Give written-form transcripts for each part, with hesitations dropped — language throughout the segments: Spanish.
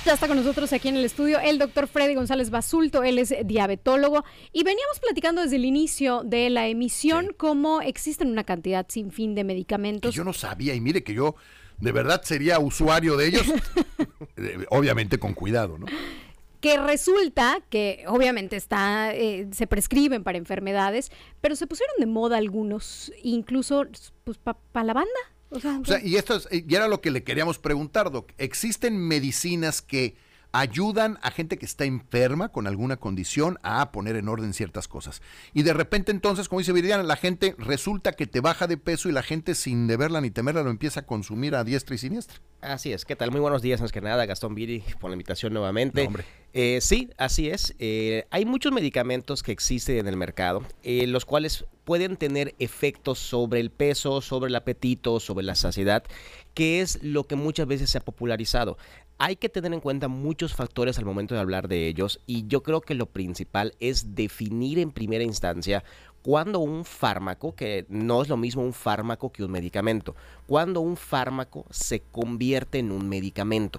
Ya está con nosotros aquí en el estudio el doctor Freddy González Basulto, él es diabetólogo y veníamos platicando desde el inicio de la emisión cómo existen una cantidad sin fin de medicamentos. Que yo no sabía y mire que yo de verdad sería usuario de ellos, obviamente con cuidado, ¿no? Que resulta que obviamente se prescriben para enfermedades, pero se pusieron de moda algunos, incluso pues para la banda. O sea, y era lo que le queríamos preguntar, Doc. ¿Existen medicinas que ayudan a gente que está enferma con alguna condición a poner en orden ciertas cosas? Y de repente entonces, como dice Viridiana, la gente resulta que te baja de peso y la gente sin deberla ni temerla lo empieza a consumir a diestra y siniestra. Así es, ¿qué tal? Muy buenos días, antes que nada, Gastón, Viri, por la invitación nuevamente. No, hombre. Sí, así es. Hay muchos medicamentos que existen en el mercado, los cuales pueden tener efectos sobre el peso, sobre el apetito, sobre la saciedad, que es lo que muchas veces se ha popularizado. Hay que tener en cuenta muchos factores al momento de hablar de ellos y yo creo que lo principal es definir en primera instancia cuando un fármaco, que no es lo mismo un fármaco que un medicamento, cuando un fármaco se convierte en un medicamento.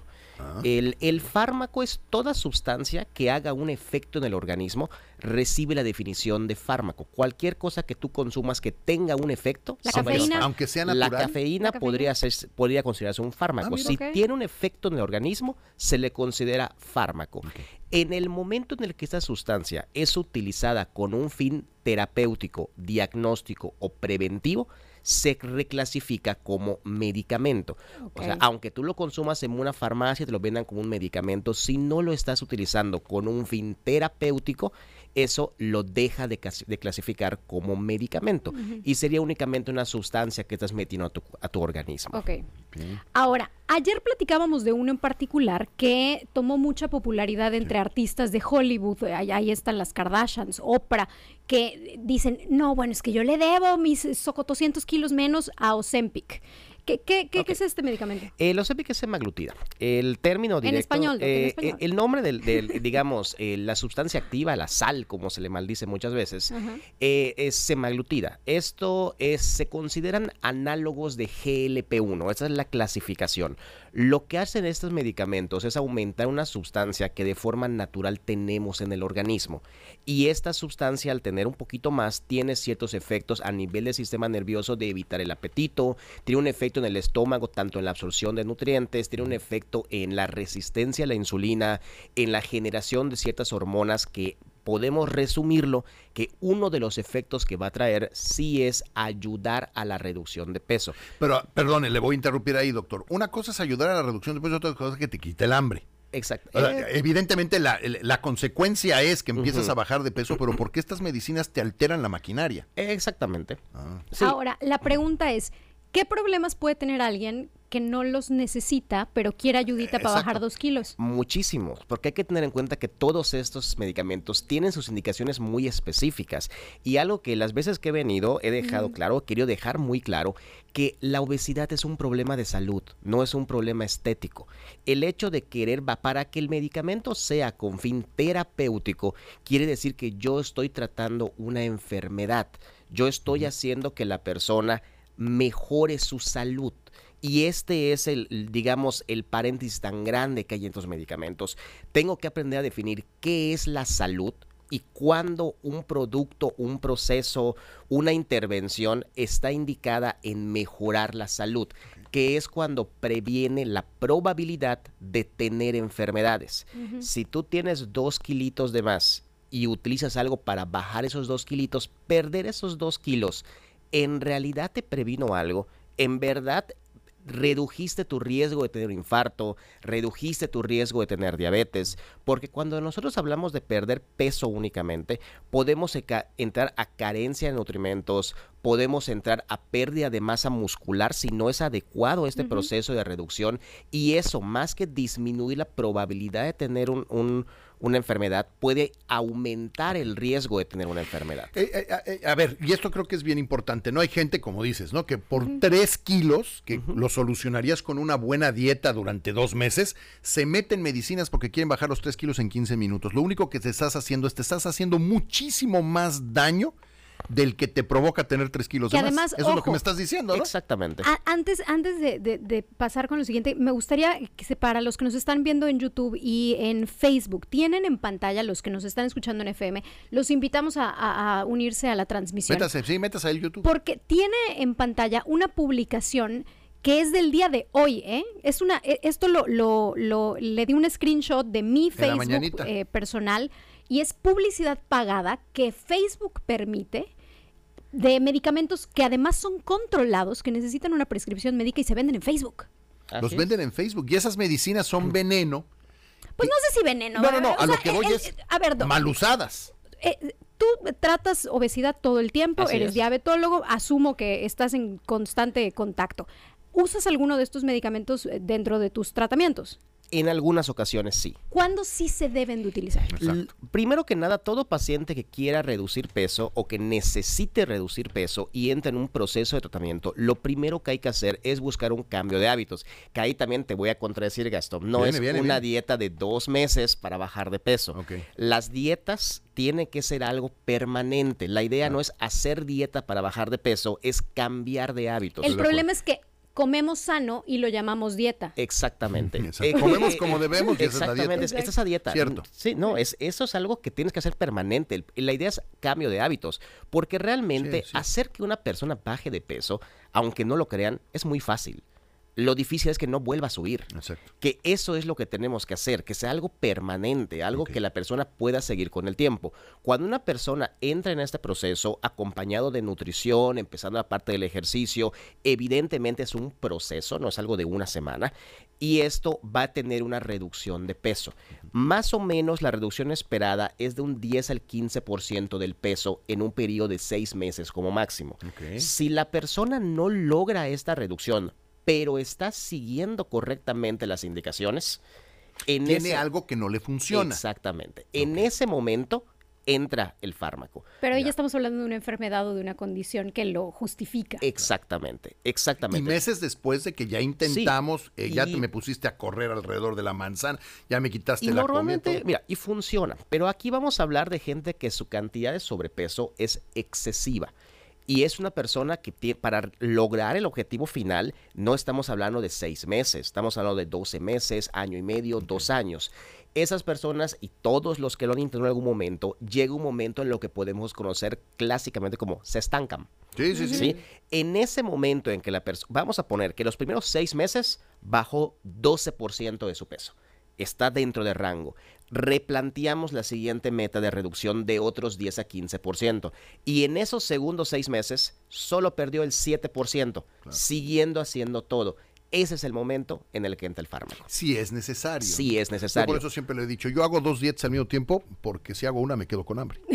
El fármaco es toda sustancia que haga un efecto en el organismo, recibe la definición de fármaco. Cualquier cosa que tú consumas que tenga un efecto, la cafeína, aunque sea natural. La cafeína podría considerarse un fármaco. Mira, si tiene un efecto en el organismo, se le considera fármaco. En el momento en el que esta sustancia es utilizada con un fin terapéutico, diagnóstico o preventivo, se reclasifica como medicamento. O sea, aunque tú lo consumas en una farmacia, te lo vendan como un medicamento, si no lo estás utilizando con un fin terapéutico, eso lo deja de clasificar como medicamento y sería únicamente una sustancia que estás metiendo a tu organismo. Ahora, ayer platicábamos de uno en particular que tomó mucha popularidad entre artistas de Hollywood. Ahí están las Kardashians, Oprah, que dicen, no, bueno, es que yo le debo mis 200 kilos menos a Ozempic. ¿Qué es este medicamento? Ozempic es semaglutida. El término directo... En español. El nombre digamos, la sustancia activa, la sal, como se le maldice muchas veces, es semaglutida. Esto se consideran análogos de GLP-1. Esa es la clasificación. Lo que hacen estos medicamentos es aumentar una sustancia que de forma natural tenemos en el organismo. Y esta sustancia, al tener un poquito más, tiene ciertos efectos a nivel del sistema nervioso de evitar el apetito, tiene un efecto en el estómago, tanto en la absorción de nutrientes, tiene un efecto en la resistencia a la insulina, en la generación de ciertas hormonas que podemos resumirlo que uno de los efectos que va a traer sí es ayudar a la reducción de peso. Pero, perdone, le voy a interrumpir ahí, doctor. Una cosa es ayudar a la reducción de peso, otra cosa es que te quite el hambre. Exacto. O sea, evidentemente la consecuencia es que empiezas a bajar de peso, pero ¿por qué estas medicinas te alteran la maquinaria? Exactamente. Sí. Ahora, la pregunta es, ¿qué problemas puede tener alguien que no los necesita, pero quiere ayudita para bajar 2 kilos? Muchísimos, porque hay que tener en cuenta que todos estos medicamentos tienen sus indicaciones muy específicas. Y algo que las veces que he venido he dejado claro, quiero dejar muy claro, que la obesidad es un problema de salud, no es un problema estético. El hecho de para que el medicamento sea con fin terapéutico, quiere decir que yo estoy tratando una enfermedad. Yo estoy haciendo que la persona mejore su salud. Y este es digamos, el paréntesis tan grande que hay en estos medicamentos. Tengo que aprender a definir qué es la salud y cuándo un producto, un proceso, una intervención está indicada en mejorar la salud, que es cuando previene la probabilidad de tener enfermedades. Si tú tienes 2 kilitos de más y utilizas algo para bajar esos 2 kilitos, perder esos 2 kilos, ¿en realidad te previno algo? ¿En verdad redujiste tu riesgo de tener un infarto, redujiste tu riesgo de tener diabetes? Porque cuando nosotros hablamos de perder peso únicamente, podemos entrar a carencia de nutrimentos, podemos entrar a pérdida de masa muscular si no es adecuado este proceso de reducción, y eso, más que disminuir la probabilidad de tener una enfermedad, puede aumentar el riesgo de tener una enfermedad. A ver, y esto creo que es bien importante, ¿no? Hay gente, como dices, ¿no? Que por 3 kilos, que lo solucionarías con una buena dieta durante 2 meses, se meten medicinas porque quieren bajar los 3 kilos en 15 minutos. Lo único que te estás haciendo es te estás haciendo muchísimo más daño del que te provoca tener 3 kilos Que de más. además, Eso es lo que ojo, me estás diciendo, ¿no? Exactamente. Antes de pasar con lo siguiente, me gustaría que para los que nos están viendo en YouTube y en Facebook, tienen en pantalla, los que nos están escuchando en FM, los invitamos a unirse a la transmisión. Métase al YouTube. Porque tiene en pantalla una publicación que es del día de hoy, ¿eh? Esto le di un screenshot de mi Facebook personal y es publicidad pagada que Facebook permite de medicamentos que además son controlados, que necesitan una prescripción médica y se venden en Facebook. Los venden en Facebook y esas medicinas son veneno. Pues no sé si veneno. No, a lo que voy es a ver, mal usadas. Tú tratas obesidad todo el tiempo, Así eres es. diabetólogo, asumo que estás en constante contacto. ¿Usas alguno de estos medicamentos dentro de tus tratamientos? En algunas ocasiones sí. ¿Cuándo sí se deben de utilizar? Exacto. Primero que nada, todo paciente que quiera reducir peso o que necesite reducir peso y entra en un proceso de tratamiento, lo primero que hay que hacer es buscar un cambio de hábitos. Que ahí también te voy a contradecir, Gastón. No es una dieta de 2 meses para bajar de peso. Okay. Las dietas tienen que ser algo permanente. La idea no es hacer dieta para bajar de peso, es cambiar de hábitos. El problema es que comemos sano y lo llamamos dieta. Exactamente. Comemos como debemos y esa es la dieta. Exactamente, esta es la dieta. Cierto. Sí, no, eso es algo que tienes que hacer permanente. La idea es cambio de hábitos, porque realmente Sí. hacer que una persona baje de peso, aunque no lo crean, es muy fácil. Lo difícil es que no vuelva a subir. Exacto. Que eso es lo que tenemos que hacer, que sea algo permanente, algo que la persona pueda seguir con el tiempo. Cuando una persona entra en este proceso acompañado de nutrición, empezando la parte del ejercicio, evidentemente es un proceso, no es algo de una semana, y esto va a tener una reducción de peso. Más o menos la reducción esperada es de un 10 al 15% del peso en un periodo de 6 meses como máximo. Okay. Si la persona no logra esta reducción, pero está siguiendo correctamente las indicaciones, Tiene algo que no le funciona. Exactamente. En ese momento entra el fármaco. Pero ahí ya estamos hablando de una enfermedad o de una condición que lo justifica. Exactamente. Y meses después de que ya intentamos, ya Y- me pusiste a correr alrededor de la manzana, ya me quitaste Y la normalmente, comida. mira, y funciona. Pero aquí vamos a hablar de gente que su cantidad de sobrepeso es excesiva. Y es una persona que para lograr el objetivo final, no estamos hablando de 6 meses, estamos hablando de 12 meses, año y medio, 2 años. Esas personas y todos los que lo han intentado en algún momento, llega un momento en lo que podemos conocer clásicamente como se estancan. Sí. ¿Sí? En ese momento en que la persona, vamos a poner que los primeros 6 meses bajó 12% de su peso. Está dentro de rango. Replanteamos la siguiente meta de reducción de otros 10 a 15%. Y en esos segundos 6 meses solo perdió el 7%, siguiendo haciendo todo. Ese es el momento en el que entra el fármaco. Sí es necesario. Sí es Yo necesario. por eso siempre le he dicho, yo hago 2 dietas al mismo tiempo, porque si hago una me quedo con hambre.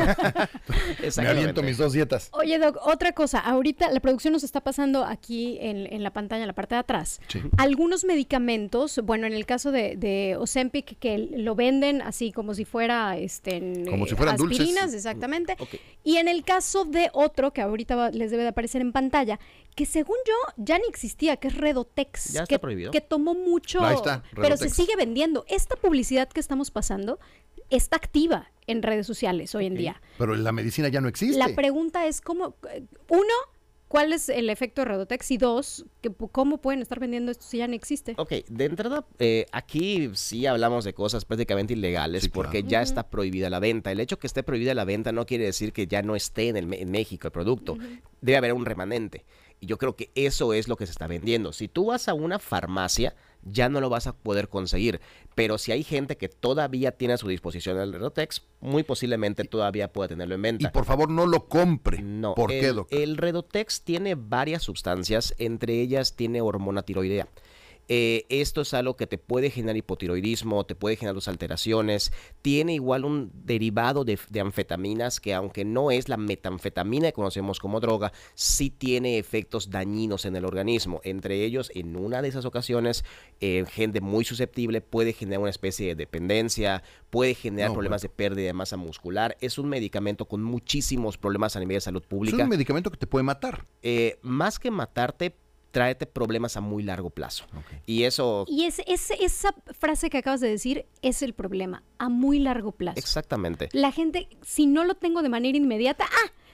Me aviento mis 2 dietas. Oye, Doc, otra cosa. Ahorita la producción nos está pasando aquí en la pantalla, en la parte de atrás. Sí. Algunos medicamentos, bueno, en el caso de Ozempic, que lo venden así como si fuera Como si fueran aspirinas, dulces. exactamente. Ok. Y en el caso de otro, que ahorita les debe de aparecer en pantalla, que según yo ya ni existía, que es Redotex. Ya está prohibido. Que tomó mucho, Ahí está, pero se Redotex. sigue vendiendo. Esta publicidad que estamos pasando está activa en redes sociales hoy en día. Pero la medicina ya no existe. La pregunta es cómo, uno, ¿cuál es el efecto de Redotex? Y dos, ¿cómo pueden estar vendiendo esto si ya no existe? Ok, de entrada, aquí sí hablamos de cosas prácticamente ilegales Sí, claro. porque ya está prohibida la venta. El hecho que esté prohibida la venta no quiere decir que ya no esté en México el producto. Debe haber un remanente. Y yo creo que eso es lo que se está vendiendo. Si tú vas a una farmacia, ya no lo vas a poder conseguir. Pero si hay gente que todavía tiene a su disposición el Redotex, muy posiblemente todavía pueda tenerlo en venta. Y por favor no lo compre. No, ¿Por qué, doctor? El Redotex tiene varias sustancias, entre ellas tiene hormona tiroidea. Esto es algo que te puede generar hipotiroidismo, te puede generar dos alteraciones. Tiene igual un derivado de anfetaminas que, aunque no es la metanfetamina que conocemos como droga, sí tiene efectos dañinos en el organismo. Entre ellos, en una de esas ocasiones, gente muy susceptible puede generar una especie de dependencia, puede generar problemas de pérdida de masa muscular. Es un medicamento con muchísimos problemas a nivel de salud Es pública. un medicamento que te puede matar. Más que matarte, tráete problemas a muy largo plazo. Ok. Y eso... Y esa frase que acabas de decir es el problema, a muy largo plazo. Exactamente. La gente, si no lo tengo de manera inmediata,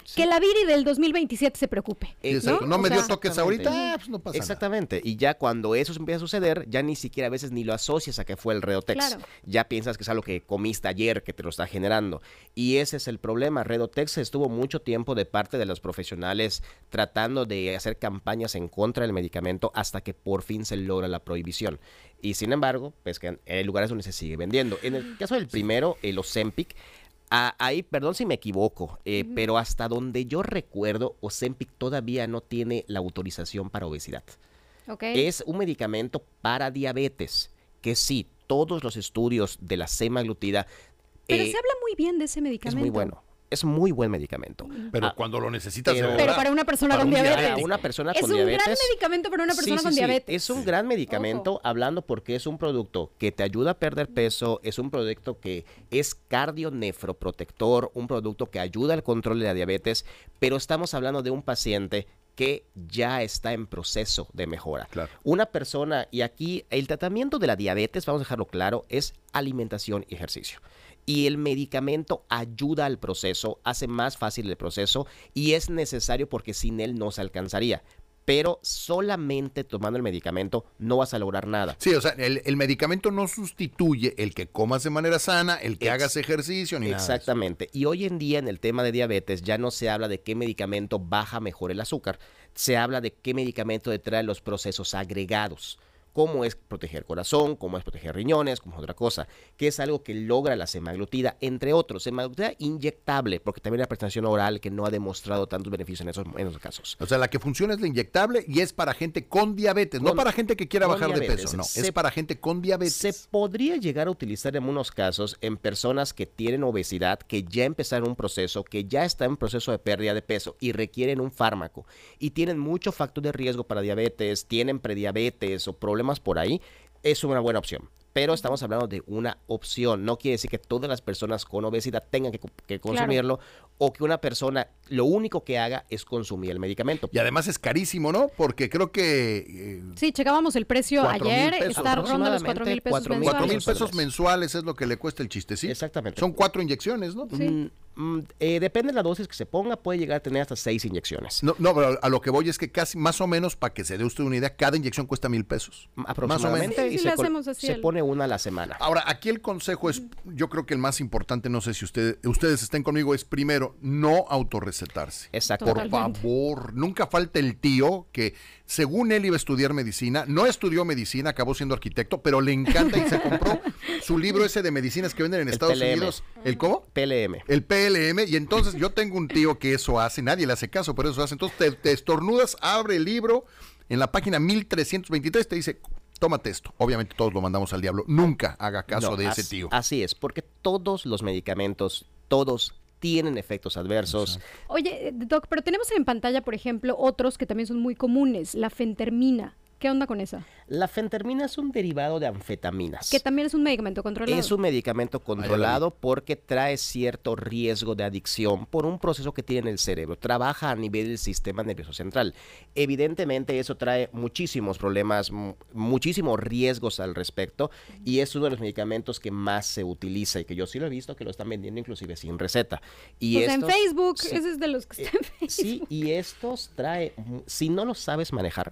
Que la Viri del 2027 se preocupe. Exacto. No O me dio sea, toques ahorita, pues no pasa Exactamente. Y ya cuando eso empieza a suceder, ya ni siquiera a veces ni lo asocias a que fue el Redotex. Claro. Ya piensas que es algo que comiste ayer, que te lo está generando. Y ese es el problema. Redotex estuvo mucho tiempo de parte de los profesionales tratando de hacer campañas en contra del medicamento hasta que por fin se logra la prohibición. Y sin embargo, pues que hay lugares donde se sigue vendiendo. En el caso del primero, el Ozempic, ahí, perdón si me equivoco, pero hasta donde yo recuerdo, Ozempic todavía no tiene la autorización para obesidad. Ok. Es un medicamento para diabetes, que sí, todos los estudios de la semaglutida Pero se habla muy bien de ese es medicamento. muy bueno. Es muy buen medicamento. Pero cuando lo necesitas, pero- de Pero verdad, para una persona para con un diabetes. diabético. Para una persona Es con un diabetes. gran medicamento para una persona Sí, con sí, sí. diabetes. Es un gran medicamento, hablando porque es un producto que te ayuda a perder peso, es un producto que es cardionefroprotector, un producto que ayuda al control de la diabetes, pero estamos hablando de un paciente que ya está en proceso de mejora. Claro. Una persona, y aquí el tratamiento de la diabetes, vamos a dejarlo claro, es alimentación y ejercicio. Y el medicamento ayuda al proceso, hace más fácil el proceso y es necesario porque sin él no se alcanzaría. Pero solamente tomando el medicamento no vas a lograr nada. Sí, o sea, el medicamento no sustituye el que comas de manera sana, el que hagas ejercicio, ni nada. Exactamente. Y hoy en día en el tema de diabetes ya no se habla de qué medicamento baja mejor el azúcar, se habla de qué medicamento detrae los procesos agregados. Cómo es proteger corazón, cómo es proteger riñones, cómo es otra cosa, que es algo que logra la semaglutida, entre otros. Semaglutida inyectable, porque también la presentación oral que no ha demostrado tantos beneficios en esos casos. O sea, la que funciona es la inyectable y es para gente con diabetes, no para gente que quiera con bajar de diabetes. peso, no, Se- es para gente con diabetes. Se podría llegar a utilizar en unos casos en personas que tienen obesidad, que ya empezaron un proceso, que ya están en proceso de pérdida de peso y requieren un fármaco y tienen mucho factor de riesgo para diabetes, tienen prediabetes o problemas por ahí, es una buena opción. Pero estamos hablando de una opción. No quiere decir que todas las personas con obesidad tengan que consumirlo o que una persona lo único que haga es consumir el medicamento. Y además es carísimo, ¿no? Porque creo que Sí, checábamos el precio 4,000 ayer, pesos, está ronda los aproximadamente 4,000 pesos 4,000 mensuales. 4,000 mensuales. pesos mensuales es lo que le cuesta el chistecito. Exactamente. Son 4 inyecciones, ¿no? Sí. Depende de la dosis que se ponga, puede llegar a tener hasta 6 inyecciones. No, pero a lo que voy es que casi, más o menos, para que se dé usted una idea, cada inyección cuesta 1,000 pesos. Aproximadamente. Sí, sí, y le hacemos así se el- pone una a la semana. Ahora, aquí el consejo es, yo creo que el más importante, no sé si ustedes estén conmigo, es primero, no autorrecetarse. Exacto. Por Totalmente. favor, nunca falta el tío que, según él iba a estudiar medicina, no estudió medicina, acabó siendo arquitecto, pero le encanta y se compró su libro ese de medicinas que venden en Estados PLM. Unidos. ¿El cómo? PLM. El PLM, y entonces yo tengo un tío que eso hace, nadie le hace caso, pero eso hace. Entonces te estornudas, abre el libro, en la página 1323 te dice, tómate esto. Obviamente todos lo mandamos al diablo. Nunca haga caso No, de ese tío. Así es, porque todos los medicamentos, todos tienen efectos adversos. Oye, Doc, pero tenemos en pantalla, por ejemplo, otros que también son muy comunes, la fentermina. ¿Qué onda con esa? La fentermina es un derivado de anfetaminas. Que también es un medicamento controlado. Es un medicamento controlado porque trae cierto riesgo de adicción por un proceso que tiene en el cerebro. Trabaja a nivel del sistema nervioso central. Evidentemente eso trae muchísimos problemas, muchísimos riesgos al respecto y es uno de los medicamentos que más se utiliza y que yo sí lo he visto que lo están vendiendo inclusive sin receta. Y Pues en Facebook, sí, ese es de los que está en Facebook. sí, y estos trae, si no los sabes manejar,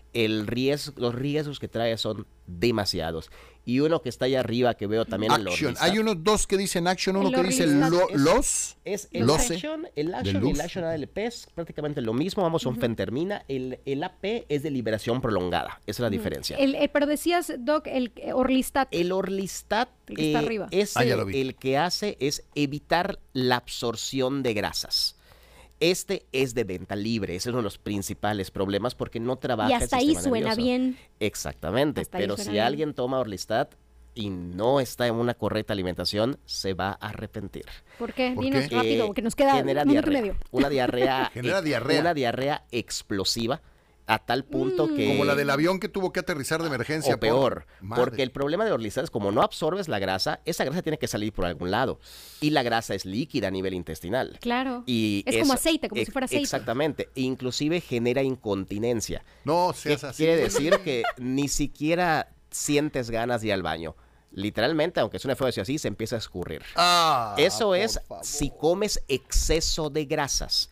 los riesgos que trae son demasiados. Y uno que está allá arriba que veo también en Action. Lorlistat, Hay unos dos que dicen action, uno El que dice Lorlistat los. es el Lose, Action, el de Action y luz. el Action ALP es prácticamente lo mismo, vamos, son fentermina, el AP es de liberación prolongada, esa es la diferencia. Pero decías, Doc, el Orlistat. El Orlistat El que está arriba. Ya lo vi. el que hace es evitar la absorción de grasas. Este es de venta libre, ese es uno de los principales problemas porque no trabaja Y el hasta ahí sistema suena nervioso. bien. Exactamente, Hasta ahí pero suena si bien. alguien toma Orlistat y no está en una correcta alimentación, se va a arrepentir. ¿Por qué? ¿Por Dinos qué? rápido, que nos queda genera un minuto y diarrea. medio. Una diarrea, Genera diarrea. Una diarrea explosiva a tal punto que... Como la del avión que tuvo que aterrizar de emergencia. O peor, Madre. porque el problema de Orlistat es como no absorbes la grasa, esa grasa tiene que salir por algún lado. Y la grasa es líquida a nivel intestinal. Claro. Y es como eso- aceite, como si fuera aceite. Exactamente. Inclusive genera incontinencia. No ¿Qué seas así. quiere decir? Que ni siquiera sientes ganas de ir al baño. Literalmente, aunque suene feo decir así, se empieza a escurrir. Ah, Eso por es favor. si comes exceso de grasas.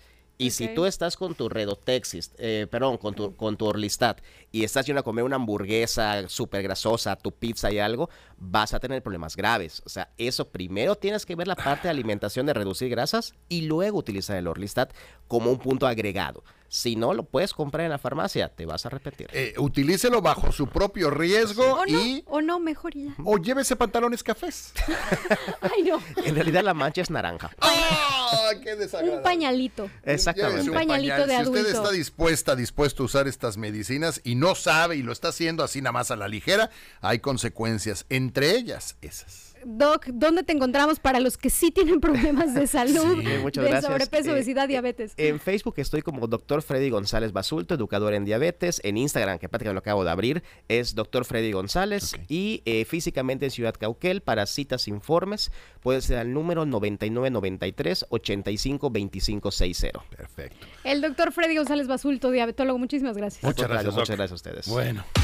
Y si tú estás con tu Redotexis, con tu Orlistat, y estás yendo a comer una hamburguesa súper grasosa, tu pizza y algo, vas a tener problemas graves. O sea, eso primero tienes que ver la parte de alimentación de reducir grasas y luego utilizar el Orlistat como un punto agregado. Si no lo puedes comprar en la farmacia, te vas a arrepentir. Utilícelo bajo su propio riesgo o no, mejor ya. O llévese pantalones cafés. Ay, no. En realidad la mancha es naranja. ¡Ah! ¡Qué desagradable! Un pañalito. Exactamente. Un pañalito de adulto. Si usted está dispuesto a usar estas medicinas y no sabe y lo está haciendo así nada más a la ligera, hay consecuencias, entre ellas esas. Doc, ¿dónde te encontramos para los que sí tienen problemas de salud, muchas de gracias. sobrepeso, obesidad, diabetes? En Facebook estoy como Dr. Freddy González Basulto, educador en diabetes. En Instagram, que prácticamente lo acabo de abrir, es Dr. Freddy González. Okay. Y físicamente en Ciudad Cauquel, para citas, informes, puede ser al número 9993-852560. Perfecto. El Dr. Freddy González Basulto, diabetólogo. Muchísimas gracias. Muchas gracias a ustedes. Bueno.